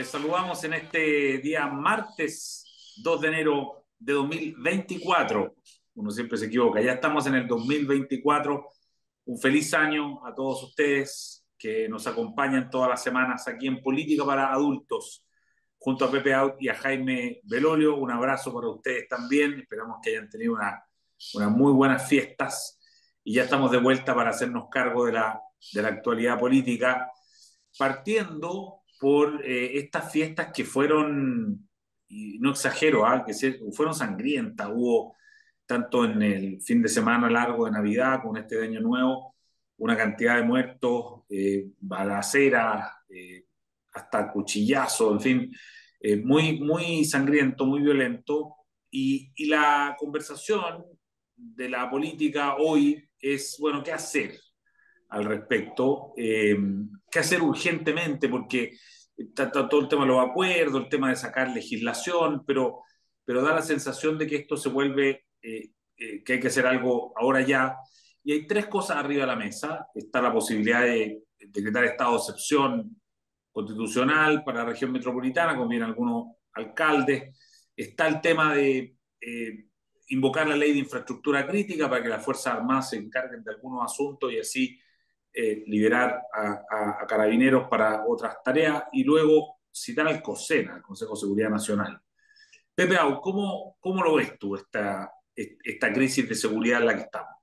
Les saludamos en este día martes 2 de enero de 2024. Uno siempre se equivoca, ya estamos en el 2024. Un feliz año a todos ustedes que nos acompañan todas las semanas aquí en Política para Adultos, junto a Pepe Out y a Jaime Belolio. Un abrazo para ustedes también. Esperamos que hayan tenido unas muy buenas fiestas y ya estamos de vuelta para hacernos cargo de la actualidad política, partiendo por estas fiestas que fueron, y no exagero, fueron sangrientas. Hubo, tanto en el fin de semana largo de Navidad como en este de Año Nuevo, una cantidad de muertos, balaceras, hasta cuchillazo, en fin, muy, muy sangriento, muy violento. Y la conversación de la política hoy es, bueno, ¿qué hacer al respecto? ¿Qué hacer urgentemente? Porque está todo el tema de los acuerdos, el tema de sacar legislación, pero da la sensación de que esto se vuelve, que hay que hacer algo ahora ya. Y hay tres cosas arriba de la mesa. Está la posibilidad de decretar estado de excepción constitucional para la región metropolitana, como vienen algunos alcaldes. Está el tema de invocar la ley de infraestructura crítica para que las Fuerzas Armadas se encarguen de algunos asuntos y así liberar a carabineros para otras tareas, y luego citar al COSENA, el Consejo de Seguridad Nacional. Pepe Au, ¿cómo lo ves tú esta crisis de seguridad en la que estamos?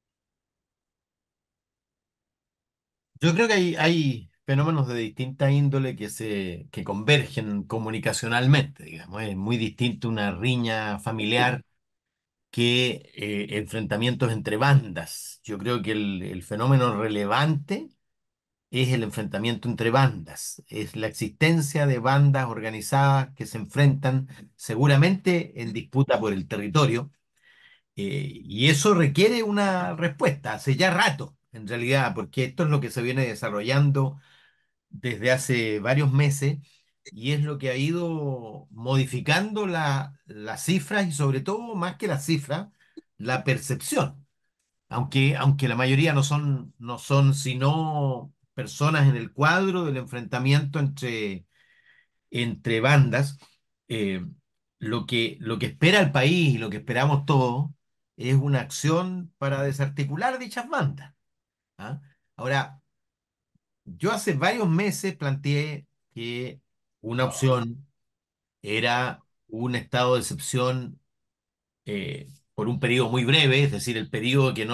Yo creo que hay fenómenos de distinta índole que convergen comunicacionalmente, digamos. Es muy distinto una riña familiar que enfrentamientos entre bandas. Yo creo que el fenómeno relevante es el enfrentamiento entre bandas, es la existencia de bandas organizadas que se enfrentan seguramente en disputa por el territorio. Y eso requiere una respuesta hace ya rato, en realidad, porque esto es lo que se viene desarrollando desde hace varios meses y es lo que ha ido modificando las cifras y sobre todo, más que las cifras, la percepción. Aunque la mayoría no son sino personas en el cuadro del enfrentamiento entre bandas. eh, lo que espera el país y lo que esperamos todos es una acción para desarticular dichas bandas. ¿Ah? Ahora, yo hace varios meses planteé que una opción era un estado de excepción por un periodo muy breve, es decir, el periodo que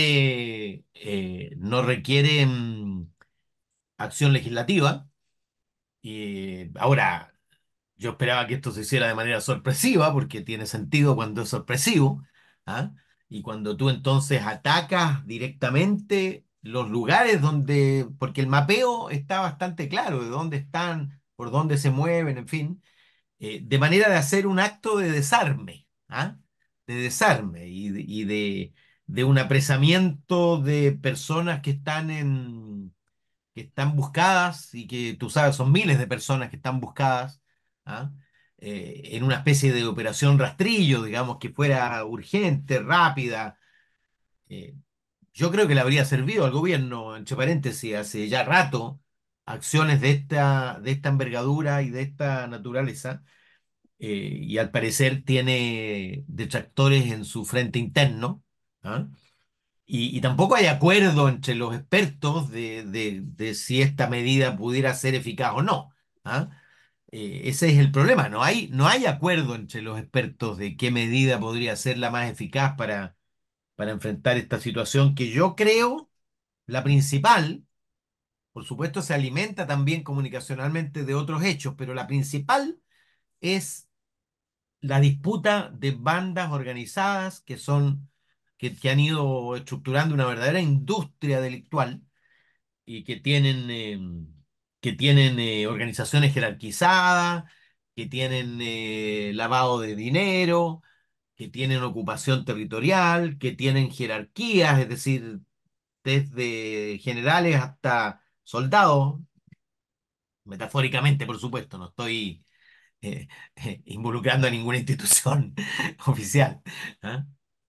no requiere acción legislativa. Y ahora, yo esperaba que esto se hiciera de manera sorpresiva, porque tiene sentido cuando es sorpresivo, ¿ah? Y cuando tú entonces atacas directamente los lugares porque el mapeo está bastante claro de dónde están, por dónde se mueven, en fin, de manera de hacer un acto de desarme, ¿ah? De desarme y de un apresamiento de personas que están buscadas y que tú sabes, son miles de personas que están buscadas, ¿ah? En una especie de operación rastrillo, digamos, que fuera urgente, rápida. Eh, yo creo que le habría servido al gobierno, entre paréntesis, hace ya rato, acciones de esta envergadura y de esta naturaleza, y al parecer tiene detractores en su frente interno. ¿Ah? Y tampoco hay acuerdo entre los expertos de si esta medida pudiera ser eficaz o no. ¿Ah? Ese es el problema. No hay acuerdo entre los expertos de qué medida podría ser la más eficaz para enfrentar esta situación, que yo creo la principal. Por supuesto, se alimenta también comunicacionalmente de otros hechos, pero la principal es la disputa de bandas organizadas que han ido estructurando una verdadera industria delictual y que tienen organizaciones jerarquizadas, que tienen lavado de dinero, que tienen ocupación territorial, que tienen jerarquías, es decir, desde generales hasta soldados, metafóricamente, por supuesto, no estoy eh, involucrando a ninguna institución oficial. ¿Ah?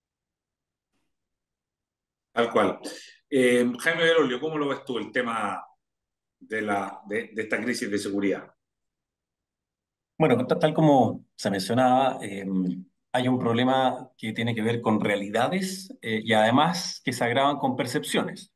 Tal cual. Jaime Berolio, ¿cómo lo ves tú el tema de esta crisis de seguridad? Bueno, tal como se mencionaba, hay un problema que tiene que ver con realidades y además que se agravan con percepciones.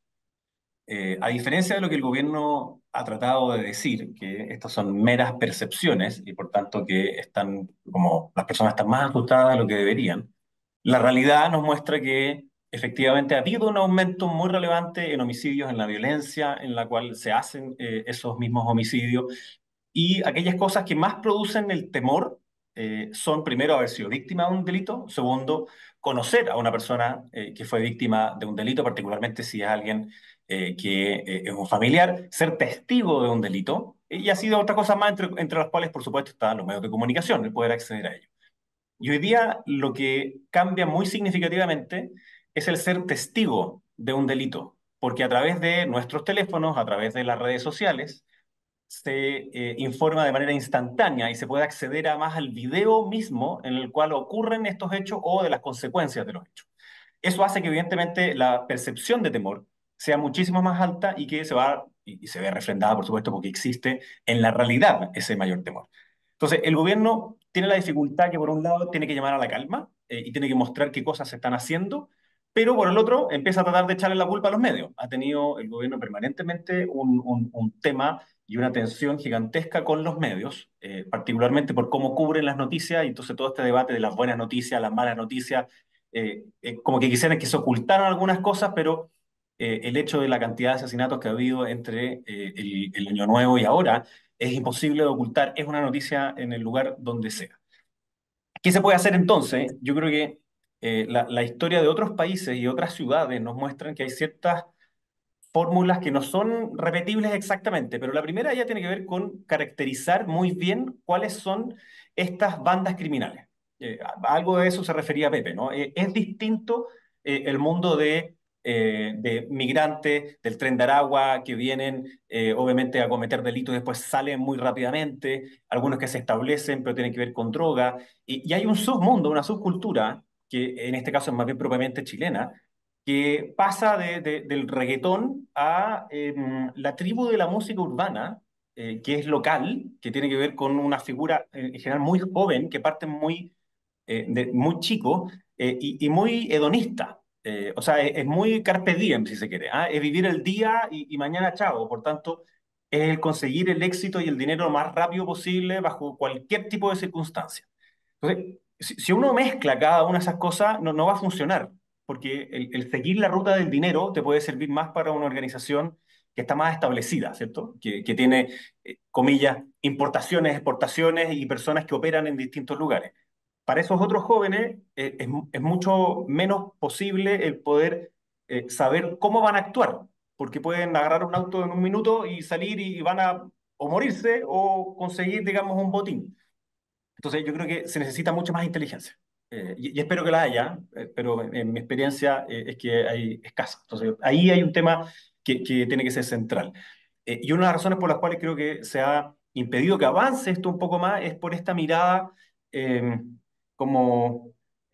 A diferencia de lo que el gobierno ha tratado de decir, que estas son meras percepciones y por tanto que están como las personas están más asustadas de lo que deberían, la realidad nos muestra que efectivamente ha habido un aumento muy relevante en homicidios, en la violencia en la cual se hacen esos mismos homicidios y aquellas cosas que más producen el temor son, primero, haber sido víctima de un delito, segundo, conocer a una persona que fue víctima de un delito, particularmente si es alguien que es un familiar, ser testigo de un delito, y así de otras cosas más, entre las cuales, por supuesto, están los medios de comunicación, el poder acceder a ellos. Y hoy día lo que cambia muy significativamente es el ser testigo de un delito, porque a través de nuestros teléfonos, a través de las redes sociales, se informa de manera instantánea y se puede acceder a más al video mismo en el cual ocurren estos hechos o de las consecuencias de los hechos. Eso hace que evidentemente la percepción de temor sea muchísimo más alta y que se va y se ve refrendada, por supuesto, porque existe en la realidad ese mayor temor. Entonces, el gobierno tiene la dificultad que por un lado tiene que llamar a la calma y tiene que mostrar qué cosas se están haciendo, pero por el otro empieza a tratar de echarle la culpa a los medios. Ha tenido el gobierno permanentemente un tema y una tensión gigantesca con los medios, particularmente por cómo cubren las noticias, y entonces todo este debate de las buenas noticias, las malas noticias, como que quisieran que se ocultaran algunas cosas, pero el hecho de la cantidad de asesinatos que ha habido entre el Año Nuevo y ahora es imposible de ocultar, es una noticia en el lugar donde sea. ¿Qué se puede hacer entonces? Yo creo que la historia de otros países y otras ciudades nos muestran que hay ciertas fórmulas que no son repetibles exactamente, pero la primera ya tiene que ver con caracterizar muy bien cuáles son estas bandas criminales. Algo de eso se refería Pepe, ¿no? Es distinto el mundo de migrantes del Tren de Aragua que vienen obviamente a cometer delitos y después salen muy rápidamente, algunos que se establecen pero tienen que ver con droga, y hay un submundo, una subcultura que en este caso es más bien propiamente chilena, que pasa del reggaetón a la tribu de la música urbana, que es local, que tiene que ver con una figura en general muy joven, que parte muy chico y muy hedonista. O sea, es muy carpe diem, si se quiere. ¿Ah? Es vivir el día y mañana chao. Por tanto, es el conseguir el éxito y el dinero lo más rápido posible bajo cualquier tipo de circunstancia. Entonces, si uno mezcla cada una de esas cosas, no va a funcionar, porque el seguir la ruta del dinero te puede servir más para una organización que está más establecida, ¿cierto? Que tiene, comillas, importaciones, exportaciones y personas que operan en distintos lugares. Para esos otros jóvenes es mucho menos posible el poder saber cómo van a actuar, porque pueden agarrar un auto en un minuto y salir y van a o morirse o conseguir, digamos, un botín. Entonces yo creo que se necesita mucha más inteligencia. Y espero que la haya, pero en mi experiencia es que hay escasa. Entonces ahí hay un tema que tiene que ser central. Y una de las razones por las cuales creo que se ha impedido que avance esto un poco más es por esta mirada eh, como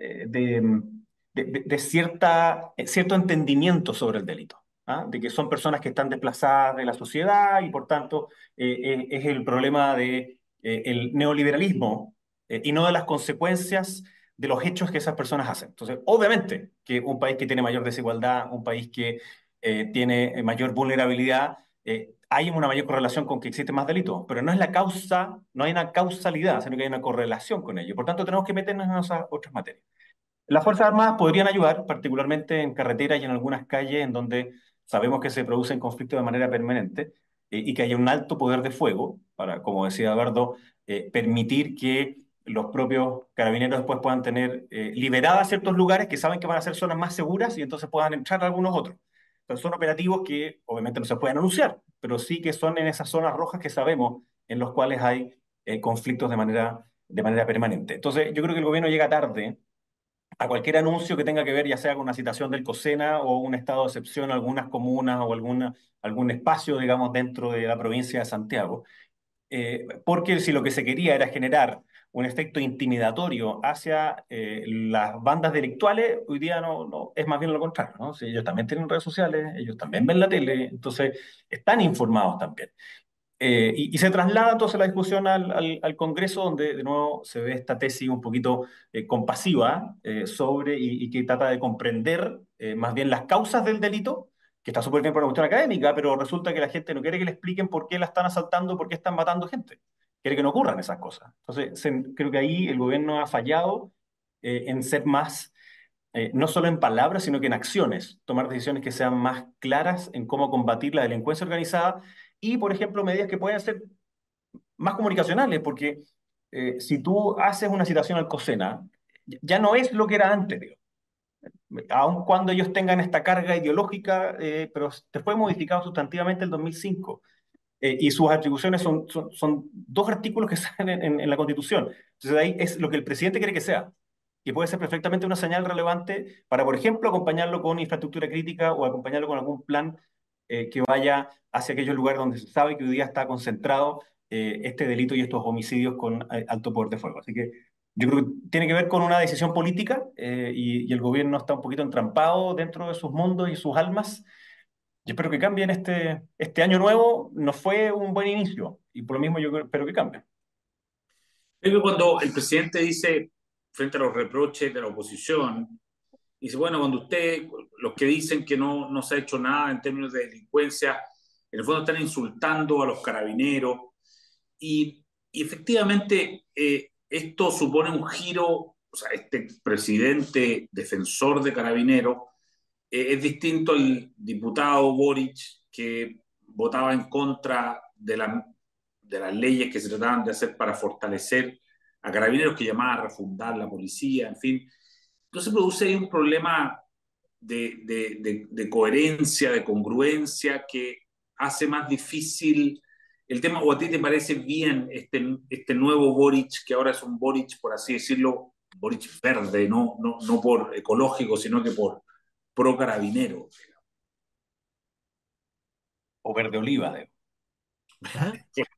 de cierto entendimiento sobre el delito. ¿Ah? De que son personas que están desplazadas de la sociedad y por tanto es el problema de el neoliberalismo y no de las consecuencias de los hechos que esas personas hacen. Entonces, obviamente que un país que tiene mayor desigualdad, un país que tiene mayor vulnerabilidad, hay una mayor correlación con que existe más delito, pero no es la causa, no hay una causalidad, sino que hay una correlación con ello. Por tanto, tenemos que meternos en esas otras materias. Las Fuerzas Armadas podrían ayudar, particularmente en carreteras y en algunas calles en donde sabemos que se producen conflictos de manera permanente y que haya un alto poder de fuego para, como decía Eduardo, permitir que los propios carabineros después puedan tener liberadas ciertos lugares que saben que van a ser zonas más seguras y entonces puedan entrar a algunos otros. Entonces son operativos que obviamente no se pueden anunciar, pero sí que son en esas zonas rojas que sabemos en los cuales hay conflictos de manera permanente. Entonces yo creo que el gobierno llega tarde a cualquier anuncio que tenga que ver, ya sea con una citación del COSENA o un estado de excepción en algunas comunas o algún espacio, digamos, dentro de la provincia de Santiago. Porque si lo que se quería era generar un efecto intimidatorio hacia las bandas delictuales, hoy día no, es más bien lo contrario, ¿no? Si ellos también tienen redes sociales, ellos también ven la tele, entonces están informados también. Y se traslada entonces la discusión al Congreso, donde de nuevo se ve esta tesis un poquito compasiva sobre y que trata de comprender más bien las causas del delito, que está súper bien por una cuestión académica, pero resulta que la gente no quiere que le expliquen por qué la están asaltando, por qué están matando gente. Quiere que no ocurran esas cosas. Entonces, creo que ahí el gobierno ha fallado en ser más, no solo en palabras, sino que en acciones, tomar decisiones que sean más claras en cómo combatir la delincuencia organizada y, por ejemplo, medidas que puedan ser más comunicacionales, porque si tú haces una citación al COSENA, ya no es lo que era antes, digo. Aun cuando ellos tengan esta carga ideológica, pero te fue modificado sustantivamente el 2005. Y sus atribuciones son dos artículos que salen en la Constitución. Entonces, ahí es lo que el presidente quiere que sea. Y puede ser perfectamente una señal relevante para, por ejemplo, acompañarlo con infraestructura crítica o acompañarlo con algún plan que vaya hacia aquellos lugares donde se sabe que hoy día está concentrado este delito y estos homicidios con alto poder de fuego. Así que yo creo que tiene que ver con una decisión política y el gobierno está un poquito entrampado dentro de sus mundos y sus almas. Yo espero que cambien este año nuevo. No fue un buen inicio y por lo mismo espero que cambie. Creo que cuando el presidente dice, frente a los reproches de la oposición, dice, bueno, cuando usted, los que dicen que no se ha hecho nada en términos de delincuencia, en el fondo están insultando a los carabineros. Y efectivamente, esto supone un giro, o sea, este presidente defensor de carabineros es distinto al diputado Boric que votaba en contra de las leyes que se trataban de hacer para fortalecer a carabineros, que llamaba a refundar la policía, en fin. Entonces produce ahí un problema de coherencia, de congruencia, que hace más difícil el tema. ¿O a ti te parece bien este nuevo Boric, que ahora es un Boric, por así decirlo, Boric verde, no por ecológico, sino que por pro carabinero? O verde oliva, digo. ¿Ah?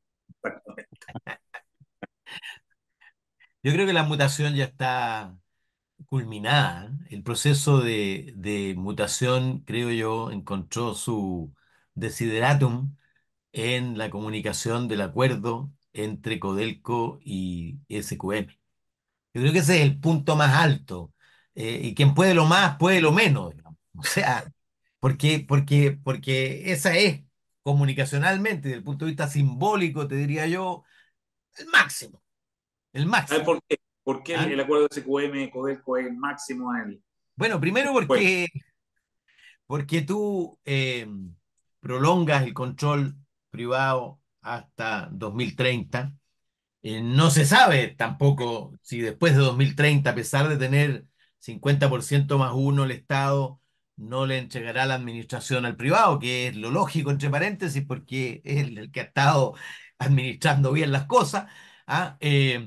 Yo creo que la mutación ya está culminada. El proceso de mutación, creo yo, encontró su desideratum en la comunicación del acuerdo entre Codelco y SQM. Yo creo que ese es el punto más alto. Y quien puede lo más, puede lo menos, digamos. O sea, porque esa es comunicacionalmente, desde el punto de vista simbólico, te diría yo, el máximo, el ¿Sabes máximo. por qué? ¿Por qué ¿Ah? el acuerdo de SQM-Codelco es el máximo en el... Bueno, primero Pues, porque tú prolongas el control privado hasta 2030. No se sabe tampoco si después de 2030, a pesar de tener 50% más uno, el Estado no le entregará la administración al privado, que es lo lógico, entre paréntesis, porque es el que ha estado administrando bien las cosas. ¿Ah?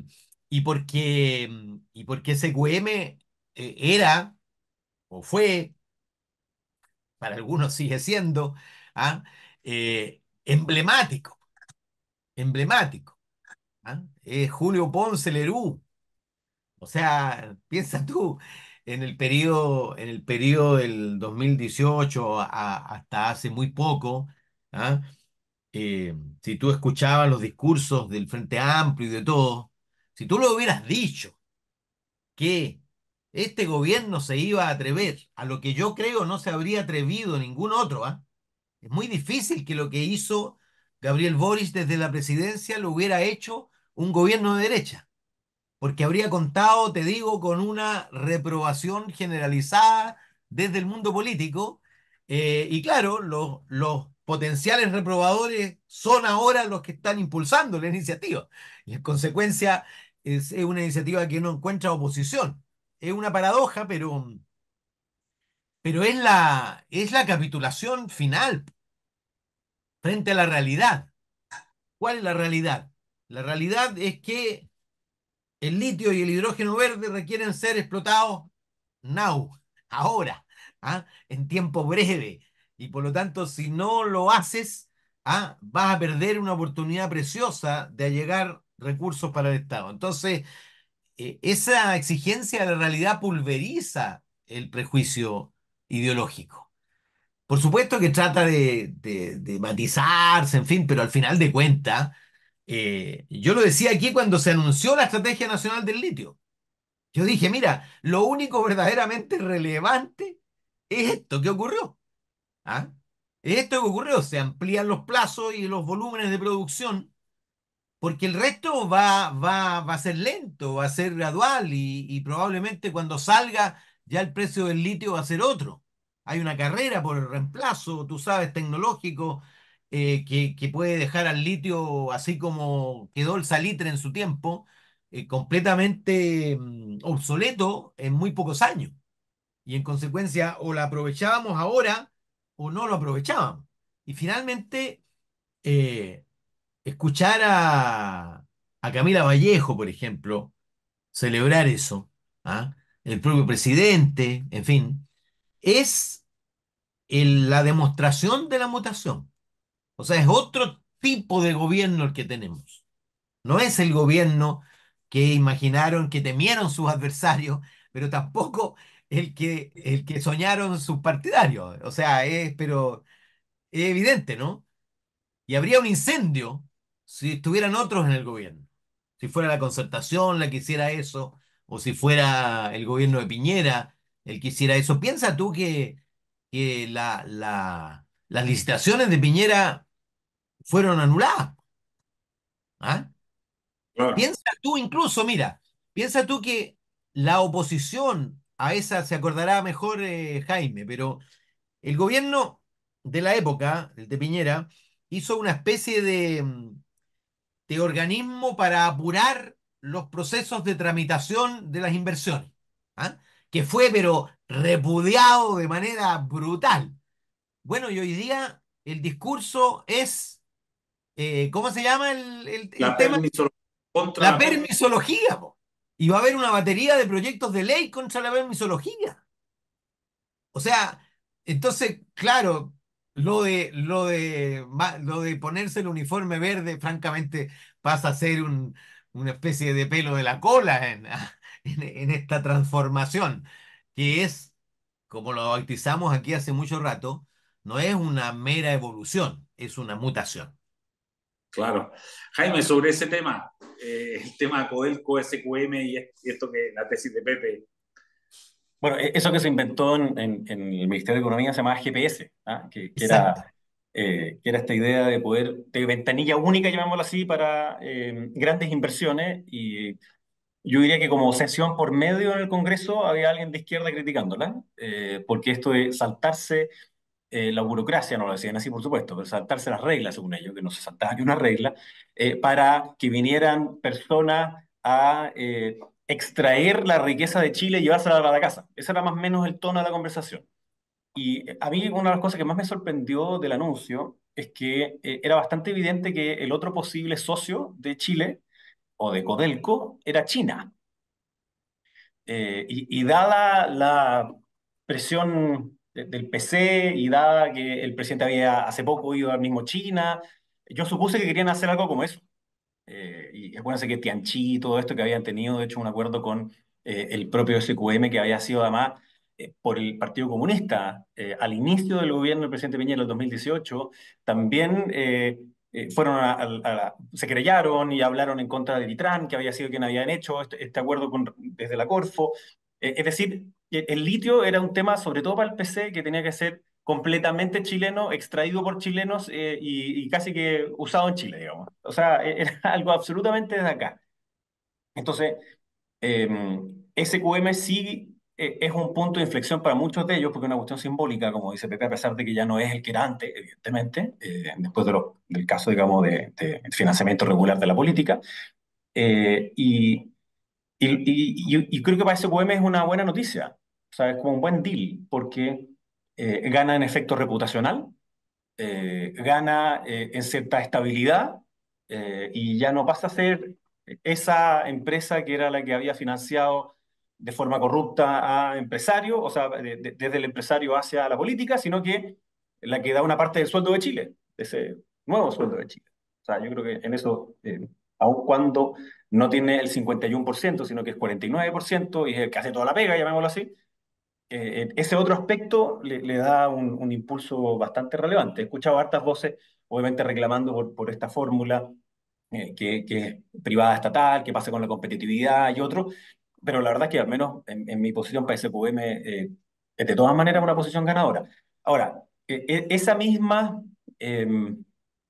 Y porque SQM era o fue, para algunos sigue siendo, ¿ah? Emblemático, emblemático. ¿Ah? Julio Ponce Lerú. O sea, piensa tú, en el periodo del 2018 hasta hace muy poco, ¿ah? Eh, si tú escuchabas los discursos del Frente Amplio y de todo, si tú lo hubieras dicho que este gobierno se iba a atrever a lo que yo creo no se habría atrevido ningún otro, ¿ah? Es muy difícil que lo que hizo Gabriel Boric desde la presidencia lo hubiera hecho un gobierno de derecha, porque habría contado, te digo, con una reprobación generalizada desde el mundo político. Y claro, los potenciales reprobadores son ahora los que están impulsando la iniciativa. Y en consecuencia es una iniciativa que no encuentra oposición. Es una paradoja, pero es la capitulación final frente a la realidad. ¿Cuál es la realidad? La realidad es que el litio y el hidrógeno verde requieren ser explotados now, ahora, ¿ah? En tiempo breve. Y por lo tanto, si no lo haces, vas a perder una oportunidad preciosa de allegar recursos para el Estado. Entonces, esa exigencia de la realidad pulveriza el prejuicio ideológico. Por supuesto que trata de matizarse, en fin, pero al final de cuentas, yo lo decía aquí cuando se anunció la Estrategia Nacional del Litio. Yo dije, mira, lo único verdaderamente relevante es esto que ocurrió. ¿Ah? Es esto que ocurrió. Se amplían los plazos y los volúmenes de producción, porque el resto va a ser lento, va a ser gradual y probablemente cuando salga ya el precio del litio va a ser otro. Hay una carrera por el reemplazo, tú sabes, tecnológico, que puede dejar al litio así como quedó el salitre en su tiempo, completamente obsoleto en muy pocos años. Y en consecuencia, o la aprovechábamos ahora o no lo aprovechábamos. Y finalmente, eh, escuchar a Camila Vallejo, por ejemplo, celebrar eso, ¿ah? El propio presidente, en fin, es la demostración de la mutación. O sea, es otro tipo de gobierno el que tenemos. No es el gobierno que imaginaron, que temieron sus adversarios, pero tampoco el que soñaron sus partidarios. O sea, pero es evidente, ¿no? Y habría un incendio si estuvieran otros en el gobierno. Si fuera la Concertación la que hiciera eso, o si fuera el gobierno de Piñera el que hiciera eso. Piensa tú que las licitaciones de Piñera fueron anuladas. ¿Ah? Claro. Piensa tú incluso, mira, piensa tú que la oposición a esa, se acordará mejor Jaime, pero el gobierno de la época, el de Piñera, hizo una especie de organismo para apurar los procesos de tramitación de las inversiones, ¿ah? Que fue pero repudiado de manera brutal. Bueno, y hoy día el discurso es, ¿cómo se llama el La tema? permisología contra La la permisología. permisología, po. Y va a haber una batería de proyectos de ley contra la permisología. O sea, entonces, claro, lo de ponerse el uniforme verde, francamente, pasa a ser una especie de pelo de la cola en esta transformación, que es, como lo bautizamos aquí hace mucho rato, no es una mera evolución, es una mutación. Claro. Jaime, sobre ese tema, el tema Codelco, SQM y esto que la tesis de Pepe. Bueno, eso que se inventó en el Ministerio de Economía se llamaba GPS, ¿ah? Exacto. Que era esta idea de poder, de ventanilla única, llamémoslo así, para grandes inversiones. Y yo diría que como sesión por medio en el Congreso había alguien de izquierda criticándola, porque esto de saltarse la burocracia, no lo decían así por supuesto, pero saltarse las reglas según ellos, que no se saltaba ni una regla, para que vinieran personas a extraer la riqueza de Chile y llevársela a la casa. Ese era más o menos el tono de la conversación. Y a mí una de las cosas que más me sorprendió del anuncio es que era bastante evidente que el otro posible socio de Chile o de Codelco era China. Y dada la presión del PC y dada que el presidente había hace poco ido al mismo China, yo supuse que querían hacer algo como eso. Y acuérdense que Tianchi y todo esto que habían tenido, de hecho, un acuerdo con el propio SQM, que había sido además por el Partido Comunista al inicio del gobierno del presidente Piñera en el 2018, también fueron se querellaron y hablaron en contra de Vitran, que había sido quien habían hecho este acuerdo desde la Corfo. Es decir, el litio era un tema, sobre todo para el PC, que tenía que ser completamente chileno, extraído por chilenos y casi que usado en Chile, digamos. O sea, era algo absolutamente de acá. Entonces, eh, SQM sí es un punto de inflexión para muchos de ellos, porque es una cuestión simbólica, como dice Pepe, a pesar de que ya no es el que era antes, evidentemente, después del caso, digamos, de financiamiento regular de la política. Eh, y, y creo que para SQM es una buena noticia, o sea, es como un buen deal, porque gana en efecto reputacional, gana en cierta estabilidad y ya no pasa a ser esa empresa que era la que había financiado de forma corrupta a empresarios, o sea, desde el empresario hacia la política, sino que la que da una parte del sueldo de Chile, de ese nuevo sueldo de Chile. O sea, yo creo que en eso, aun cuando no tiene el 51%, sino que es 49% y es el que hace toda la pega, llamémoslo así, ese otro aspecto le da un impulso bastante relevante. He escuchado hartas voces, obviamente reclamando por esta fórmula que es privada estatal, que pase con la competitividad y otro, pero la verdad es que al menos en mi posición para SQM es de todas maneras una posición ganadora. Ahora, esa misma... em,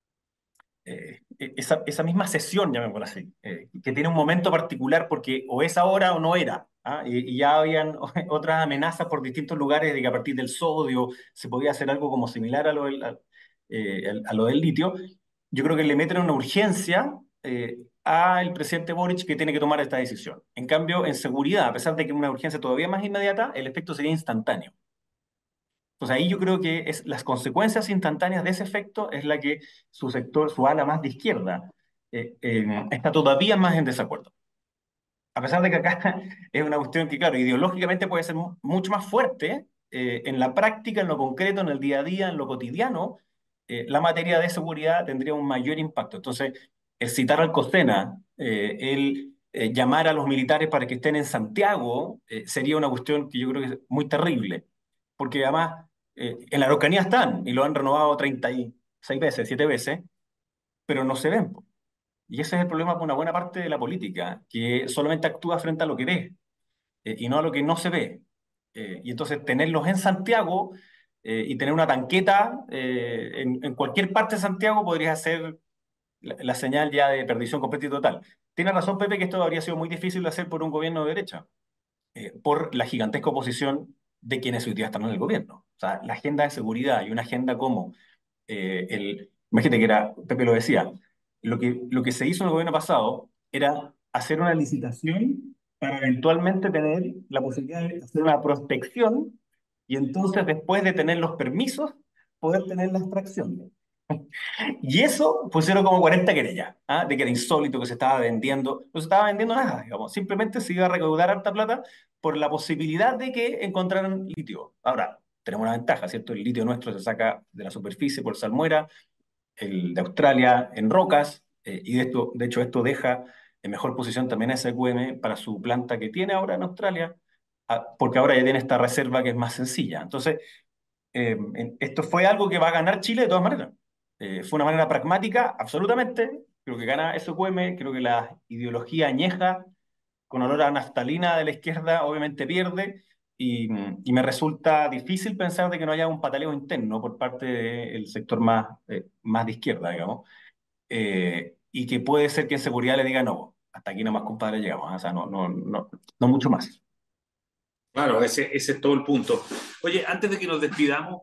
esa misma sesión, llamémosla así, que tiene un momento particular porque o es ahora o no era, ¿ah? Y ya habían otras amenazas por distintos lugares de que a partir del sodio se podía hacer algo como similar a lo del litio. Yo creo que le meten una urgencia al presidente Boric que tiene que tomar esta decisión. En cambio, en seguridad, a pesar de que es una urgencia todavía más inmediata, el efecto sería instantáneo. Entonces ahí yo creo que las consecuencias instantáneas de ese efecto es la que su sector, su ala más de izquierda, está todavía más en desacuerdo. A pesar de que acá es una cuestión que, claro, ideológicamente puede ser mucho más fuerte, en la práctica, en lo concreto, en el día a día, en lo cotidiano, la materia de seguridad tendría un mayor impacto. Entonces, el citar al COSENA, el llamar a los militares para que estén en Santiago, sería una cuestión que yo creo que es muy terrible, porque además en la Araucanía están y lo han renovado 36 veces, 7 veces, pero no se ven, po. Y ese es el problema con una buena parte de la política, que solamente actúa frente a lo que ve y no a lo que no se ve. Y entonces tenerlos en Santiago y tener una tanqueta en cualquier parte de Santiago podría ser la señal ya de perdición completa y total. Tiene razón Pepe que esto habría sido muy difícil de hacer por un gobierno de derecha, por la gigantesca oposición de quienes hoy día están en el gobierno. O sea, la agenda de seguridad y una agenda como imagínate que era, Pepe lo decía, lo que se hizo en el gobierno pasado era hacer una licitación para eventualmente tener la posibilidad de hacer una prospección y entonces después de tener los permisos, poder tener la extracción. Y eso pusieron como 40 querellas, ¿ah? De que era insólito, que se estaba vendiendo. No se estaba vendiendo nada, digamos. Simplemente se iba a recaudar harta plata por la posibilidad de que encontraran litio. Ahora, tenemos una ventaja, ¿cierto? El litio nuestro se saca de la superficie por salmuera, el de Australia en rocas, y de hecho esto deja en mejor posición también a SQM para su planta que tiene ahora en Australia, porque ahora ya tiene esta reserva que es más sencilla. Entonces, esto fue algo que va a ganar Chile de todas maneras. Fue una manera pragmática, absolutamente. Creo que gana SQM, creo que la ideología añeja con olor a naftalina de la izquierda obviamente pierde. Y me resulta difícil pensar de que no haya un pataleo interno por parte del sector más de izquierda, digamos, y que puede ser que en seguridad le diga no, hasta aquí nomás, compadre, llegamos, ¿ah? O sea, no mucho más. Claro, ese es todo el punto. Oye, antes de que nos despidamos,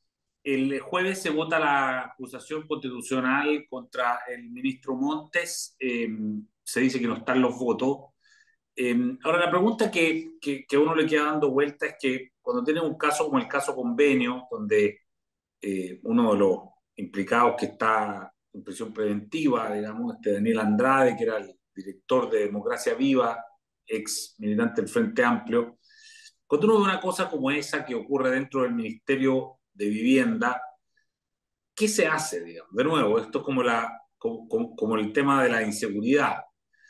el jueves se vota la acusación constitucional contra el ministro Montes. Se dice que no están los votos. Ahora, la pregunta que a uno le queda dando vuelta es que cuando tiene un caso como el caso Convenio, donde uno de los implicados que está en prisión preventiva, digamos, Daniel Andrade, que era el director de Democracia Viva, ex militante del Frente Amplio, cuando uno ve una cosa como esa que ocurre dentro del Ministerio de Vivienda, ¿qué se hace, digamos? De nuevo, esto es como el tema de la inseguridad.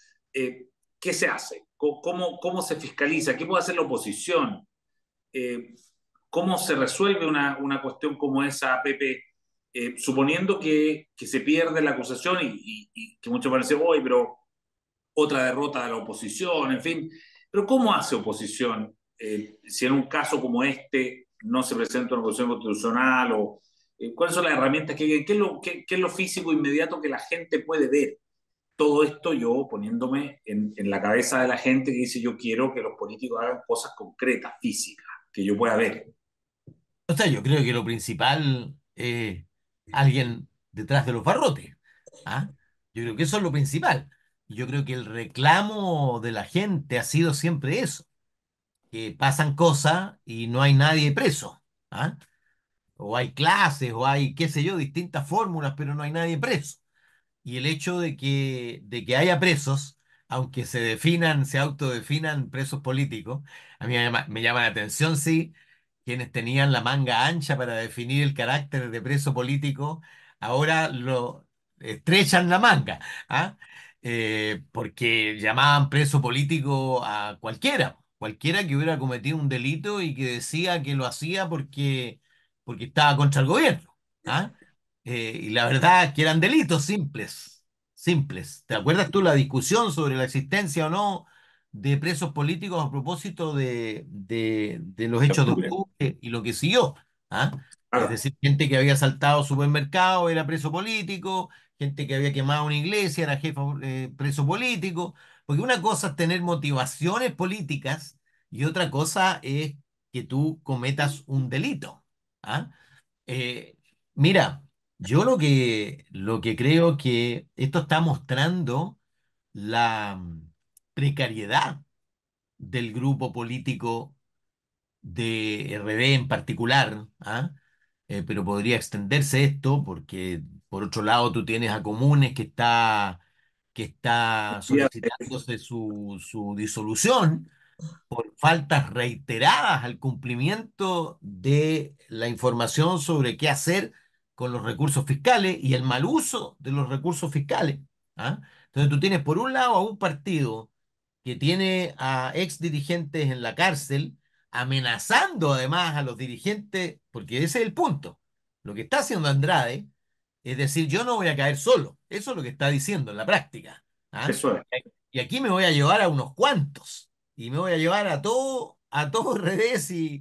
¿Qué se hace? ¿Cómo se fiscaliza? ¿Qué puede hacer la oposición? Eh, ¿Cómo se resuelve una cuestión como esa, Pepe? Suponiendo que se pierde la acusación y que muchos van a decir, oye, pero otra derrota de la oposición, en fin. Pero ¿cómo hace oposición si en un caso como este no se presenta una acusación constitucional? O, ¿cuáles son las herramientas que hay? ¿Qué es lo físico inmediato que la gente puede ver? Todo esto yo poniéndome en la cabeza de la gente que dice yo quiero que los políticos hagan cosas concretas, físicas, que yo pueda ver. O sea, yo creo que lo principal es alguien detrás de los barrotes. ¿Ah? Yo creo que eso es lo principal. Yo creo que el reclamo de la gente ha sido siempre eso, que pasan cosas y no hay nadie preso. ¿Ah? O hay clases, o hay, qué sé yo, distintas fórmulas, pero no hay nadie preso. Y el hecho de que haya presos, aunque se definan, se autodefinan presos políticos, a mí me llama la atención, sí, quienes tenían la manga ancha para definir el carácter de preso político, ahora lo estrechan la manga, ¿ah? Porque llamaban preso político a cualquiera. cualquiera que hubiera cometido un delito y que decía que lo hacía porque estaba contra el gobierno. ¿Ah? Y la verdad es que eran delitos simples, simples. ¿Te acuerdas tú la discusión sobre la existencia o no de presos políticos a propósito de los de hechos de octubre. octubre y lo que siguió? ¿Ah? Es Claro, decir, gente que había asaltado supermercado era preso político, gente que había quemado una iglesia era preso político, porque una cosa es tener motivaciones políticas y otra cosa es que tú cometas un delito. ¿Ah? Eh, Mira, yo lo que creo que esto está mostrando la precariedad del grupo político de RD en particular, ¿ah? Pero podría extenderse esto porque por otro lado tú tienes a Comunes que está solicitándose su disolución por faltas reiteradas al cumplimiento de la información sobre qué hacer con los recursos fiscales y el mal uso de los recursos fiscales. ¿Ah? Entonces tú tienes por un lado a un partido que tiene a ex dirigentes en la cárcel, amenazando además a los dirigentes, porque ese es el punto. Lo que está haciendo Andrade es decir, yo no voy a caer solo. Eso es lo que está diciendo en la práctica. ¿Ah? eso es. Y aquí me voy a llevar a unos cuantos. Y me voy a llevar a todo RD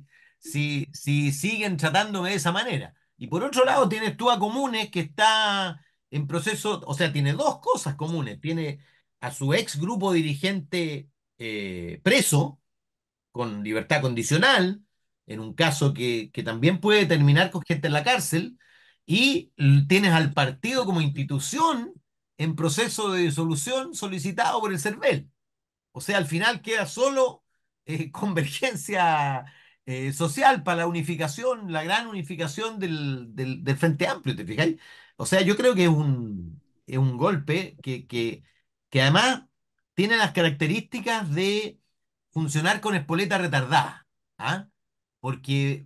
si siguen tratándome de esa manera. Y por otro lado, tienes tú a Comunes que está en proceso, o sea, tiene dos cosas comunes. Tiene a su ex grupo dirigente preso con libertad condicional, en un caso que también puede terminar con gente en la cárcel, y tienes al partido como institución en proceso de disolución solicitado por el CERVEL. O sea, al final queda solo convergencia social para la unificación, la gran unificación del Frente Amplio, ¿te fijáis? O sea, yo creo que es un golpe que además tiene las características de funcionar con espoleta retardada, ¿ah? Porque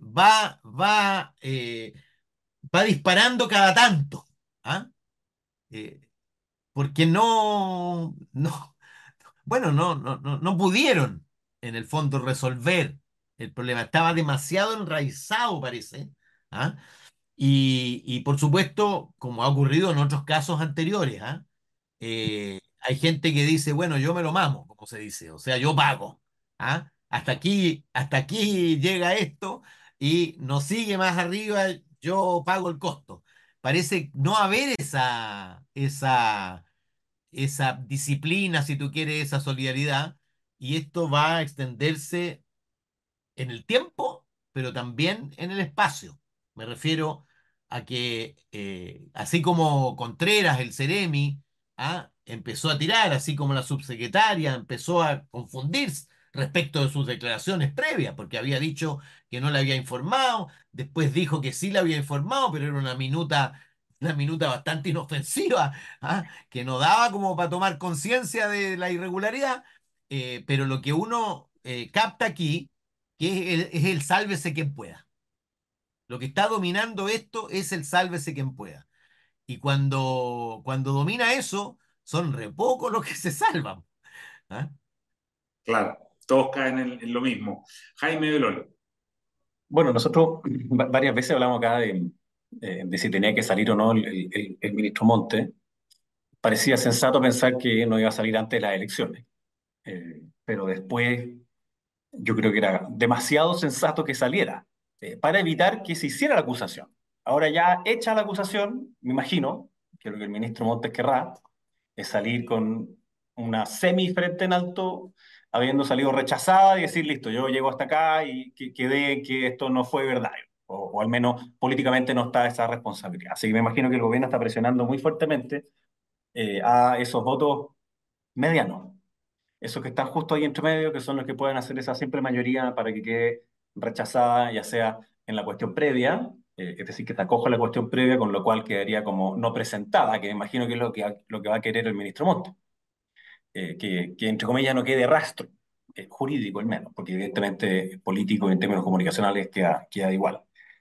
va disparando cada tanto, ¿ah? Eh, Porque bueno, no pudieron en el fondo resolver el problema. Estaba demasiado enraizado, parece. ¿Ah? Y por supuesto, como ha ocurrido en otros casos anteriores, ¿ah? Hay gente que dice, bueno, yo me lo mamo, como se dice, o sea, yo pago. ¿Ah? Hasta aquí llega esto y no sigue más arriba, yo pago el costo. Parece no haber esa disciplina, si tú quieres, esa solidaridad, y esto va a extenderse en el tiempo, pero también en el espacio. Me refiero a que, así como Contreras, el Ceremi, empezó a tirar, así como la subsecretaria empezó a confundirse respecto de sus declaraciones previas, porque había dicho que no le había informado, después dijo que sí le había informado, pero era una minuta bastante inofensiva, que no daba como para tomar conciencia de la irregularidad, pero lo que uno capta aquí que es el sálvese quien pueda. Lo que está dominando esto es el sálvese quien pueda. Y cuando domina eso, son re pocos los que se salvan. ¿Ah? Claro, todos caen en lo mismo. Jaime Belol. Bueno, nosotros varias veces hablamos acá de si tenía que salir o no el ministro Monte. Parecía sensato pensar que no iba a salir antes de las elecciones. Pero después yo creo que era demasiado sensato que saliera para evitar que se hiciera la acusación. Ahora ya hecha la acusación, me imagino que lo que el ministro Montes querrá es salir con una semi frente en alto, habiendo salido rechazada y decir, listo, yo llego hasta acá y que quede que esto no fue verdad, o al menos políticamente no está esa responsabilidad. Así que me imagino que el gobierno está presionando muy fuertemente a esos votos medianos, esos que están justo ahí entre medio, que son los que pueden hacer esa simple mayoría para que quede rechazada, ya sea en la cuestión previa, es decir, que te acoja la cuestión previa, con lo cual quedaría como no presentada, que me imagino que es lo que va a querer el ministro Montt, que entre comillas no quede rastro, jurídico al menos, porque evidentemente político en términos comunicacionales queda igual.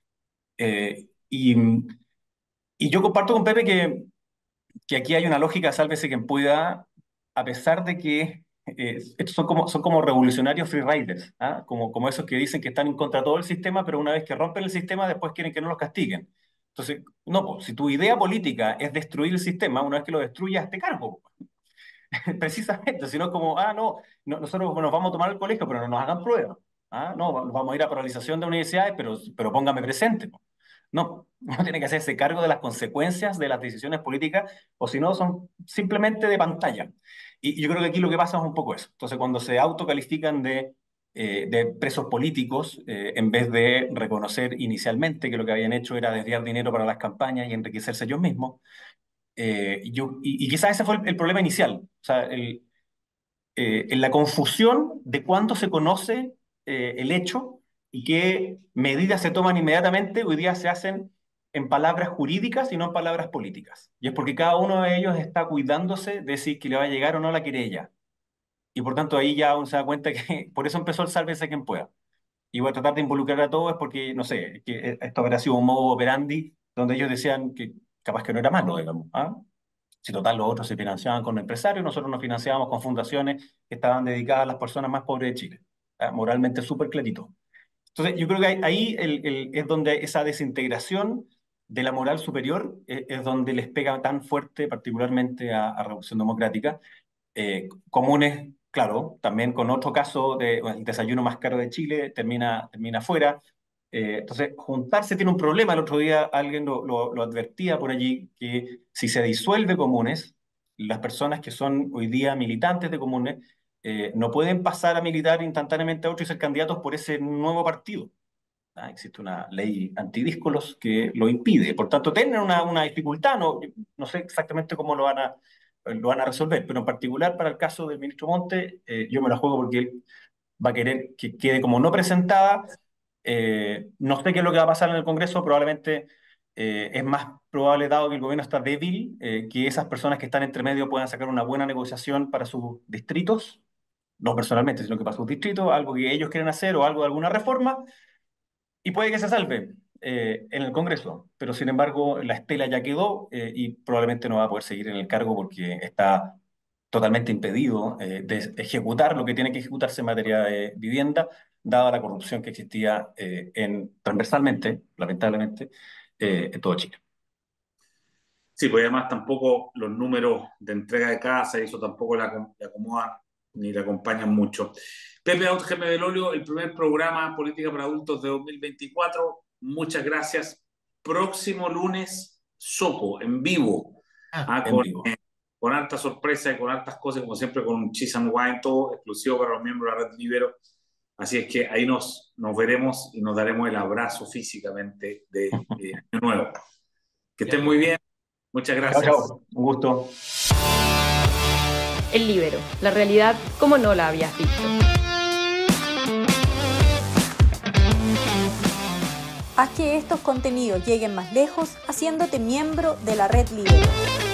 Y yo comparto con Pepe que aquí hay una lógica, sálvese quien pueda, a pesar de que estos son como revolucionarios freeriders, ¿ah? Como esos que dicen que están en contra de todo el sistema, pero una vez que rompen el sistema, después quieren que no los castiguen. Entonces, no, pues, si tu idea política es destruir el sistema, una vez que lo destruyas, te cargo. Precisamente, sino como, nosotros nos vamos a tomar el colegio, pero no nos hagan pruebas. No, nos vamos a ir a paralización de universidades, pero póngame presente. No, uno tiene que hacerse cargo de las consecuencias de las decisiones políticas, o si no, son simplemente de pantalla. Y yo creo que aquí lo que pasa es un poco eso. Entonces, cuando se autocalifican de presos políticos, en vez de reconocer inicialmente que lo que habían hecho era desviar dinero para las campañas y enriquecerse ellos mismos, y quizás ese fue el problema inicial. O sea, en la confusión de cuándo se conoce el hecho y qué medidas se toman inmediatamente, hoy día se hacen en palabras jurídicas y no en palabras políticas. Y es porque cada uno de ellos está cuidándose de si que le va a llegar o no la querella. Y por tanto ahí ya uno se da cuenta que por eso empezó el sálvese quien pueda. Y voy a tratar de involucrar a todos porque, no sé, que esto habría sido un modo operandi donde ellos decían que capaz que no era malo, digamos. ¿Ah? Si total los otros se financiaban con empresarios, nosotros nos financiábamos con fundaciones que estaban dedicadas a las personas más pobres de Chile. Moralmente súper clarito. Entonces, yo creo que ahí es donde esa desintegración de la moral superior es donde les pega tan fuerte, particularmente a Revolución Democrática. Comunes, claro, también con otro caso de bueno, el desayuno más caro de Chile, termina fuera. Entonces, juntarse tiene un problema. El otro día alguien lo advertía por allí, que si se disuelve Comunes, las personas que son hoy día militantes de Comunes no pueden pasar a militar instantáneamente a otro y ser candidatos por ese nuevo partido. Existe una ley antidíscolos que lo impide. Por tanto, tienen una dificultad, no sé exactamente cómo lo van a resolver, pero en particular para el caso del ministro Monte, yo me la juego porque él va a querer que quede como no presentada. No sé qué es lo que va a pasar en el Congreso, probablemente es más probable, dado que el gobierno está débil, que esas personas que están entre medio puedan sacar una buena negociación para sus distritos, no personalmente, sino que para sus distritos, algo que ellos quieren hacer o algo de alguna reforma, y puede que se salve en el Congreso, pero sin embargo la estela ya quedó y probablemente no va a poder seguir en el cargo porque está totalmente impedido de ejecutar lo que tiene que ejecutarse en materia de vivienda, dada la corrupción que existía transversalmente, lamentablemente, en todo Chile. Sí, pues además tampoco los números de entrega de casa y eso tampoco le acomodan ni le acompañan mucho. Pepe Autgeme Belolio, el primer programa Política para Adultos de 2024. Muchas gracias. Próximo lunes, Sopo, en vivo, En vivo. con harta sorpresa y con hartas cosas, como siempre, con un cheese and wine, todo exclusivo para los miembros de la Red Libero. Así es que ahí nos veremos y nos daremos el abrazo físicamente de Año Nuevo. Que estén muy bien. Muchas Chao, gracias. chao. Un gusto. El Libero, la realidad como no la habías visto. Haz que estos contenidos lleguen más lejos haciéndote miembro de la Red Libero.